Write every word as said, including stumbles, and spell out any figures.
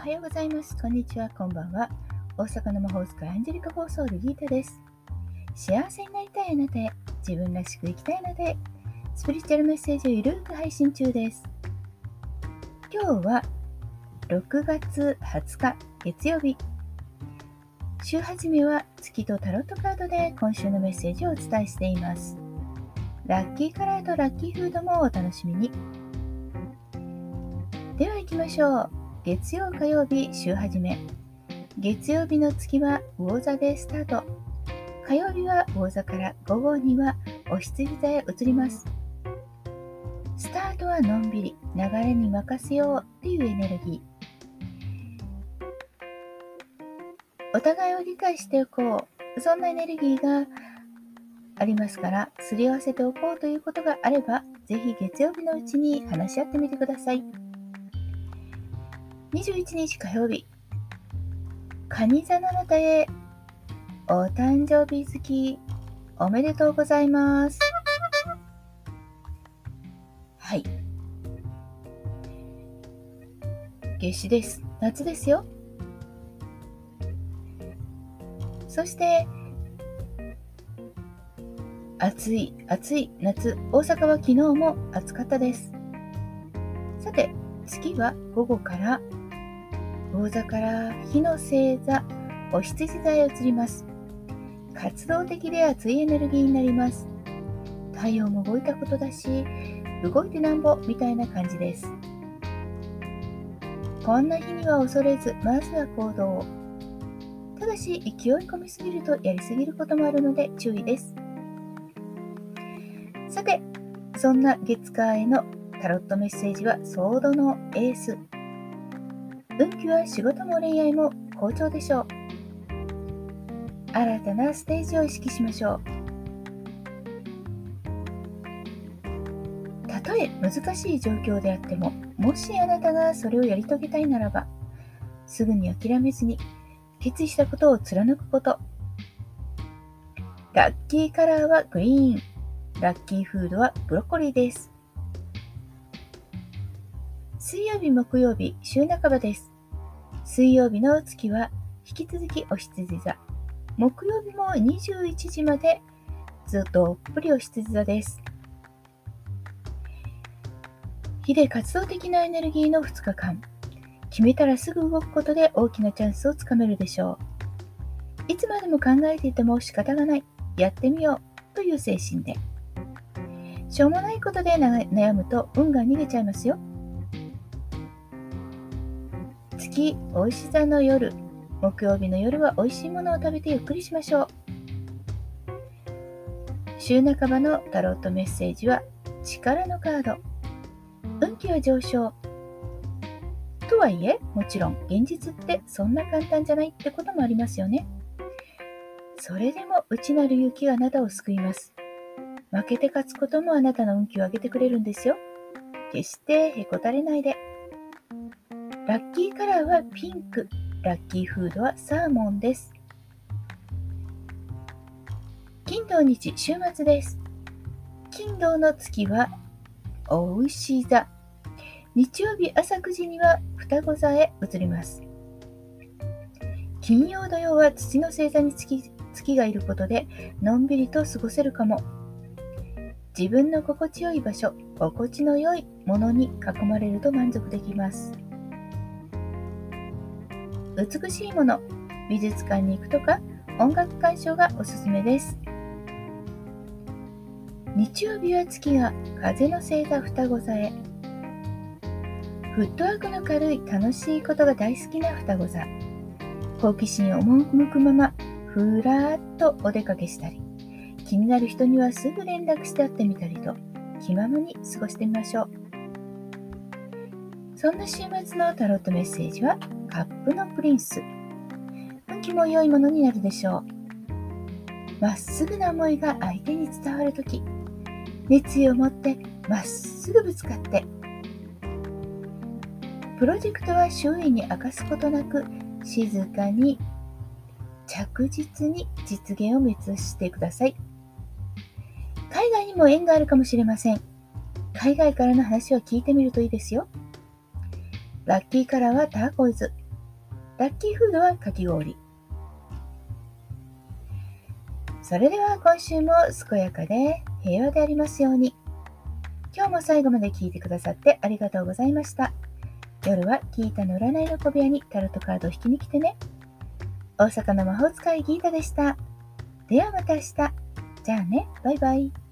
はようございます。こんにちは。こんばんは。大阪の魔法使いアンジェリカ・フォーソールギータです。幸せになりたいあなたへ、自分らしく生きたいあなたへ、スピリチュアルメッセージをゆるく配信中です。今日はろくがつはつか月曜日。週始めは月とタロットカードで今週のメッセージをお伝えしています。ラッキーカラーとラッキーフードもお楽しみに。では行きましょう。月曜火曜日週始め。月曜日の月は魚座でスタート。火曜日は魚座から午後にはお羊座へ移ります。スタートはのんびり、流れに任せようというエネルギー。お互いを理解しておこう。そんなエネルギーがありますから、すり合わせておこうということがあれば、ぜひ月曜日のうちに話し合ってみてください。にじゅういちにち火曜日、蟹座のあなたへお誕生日月おめでとうございます。はい。夏至です。夏ですよ。そして、暑い、暑い夏。大阪は昨日も暑かったです。さて、月は午後から魚座から火の星座、お羊座へ移ります。活動的で熱いエネルギーになります。太陽も動いたことだし、動いてなんぼみたいな感じです。こんな日には恐れず、まずは行動を。ただし、勢い込みすぎるとやりすぎることもあるので注意です。さて、そんな月火へのタロットメッセージはソードのエース。運気は仕事も恋愛も好調でしょう。新たなステージを意識しましょう。たとえ難しい状況であっても、もしあなたがそれをやり遂げたいならば、すぐに諦めずに決意したことを貫くこと。ラッキーカラーはグリーン、ラッキーフードはブロッコリーです。水曜日、木曜日、週半ばです。水曜日の月は引き続きお羊座。木曜日もにじゅういちじまでずっとどっぷりお羊座です。日で活動的なエネルギーのふつかかん。決めたらすぐ動くことで大きなチャンスをつかめるでしょう。いつまでも考えていても仕方がない。やってみようという精神で。しょうもないことで悩むと運が逃げちゃいますよ。月、お牛座の夜、木曜日の夜はおいしいものを食べてゆっくりしましょう。週半ばのタロットメッセージは力のカード。運気は上昇。とはいえ、もちろん現実ってそんな簡単じゃないってこともありますよね。それでも内なる勇気があなたを救います。負けて勝つこともあなたの運気を上げてくれるんですよ。決してへこたれないで。ラッキーカラーはピンク、ラッキーフードはサーモンです。金土日週末です。金土の月はお牛座。日曜日朝くじには双子座へ移ります。金曜土曜は土の星座に 月, 月がいることでのんびりと過ごせるかも。自分の心地よい場所、心地の良いものに囲まれると満足できます。美しいもの、美術館に行くとか音楽鑑賞がおすすめです。日曜日は月が風の星座双子座へ。フットワークの軽い楽しいことが大好きな双子座。好奇心を赴くままふらーっとお出かけしたり、気になる人にはすぐ連絡して会ってみたりと気ままに過ごしてみましょう。そんな週末のタロットメッセージはカップのプリンス。運気も良いものになるでしょう。まっすぐな思いが相手に伝わるとき、熱意を持ってまっすぐぶつかって、プロジェクトは周囲に明かすことなく静かに着実に実現を目指してください。海外にも縁があるかもしれません。海外からの話を聞いてみるといいですよ。ラッキーカラーはターコイズ。 ラッキーフードはかき氷。それでは今週も健やかで平和でありますように。今日も最後まで聞いてくださってありがとうございました。夜はギータの占いの小部屋にタロットカードを引きに来てね。大阪の魔法使いギータでした。ではまた明日。じゃあね、バイバイ。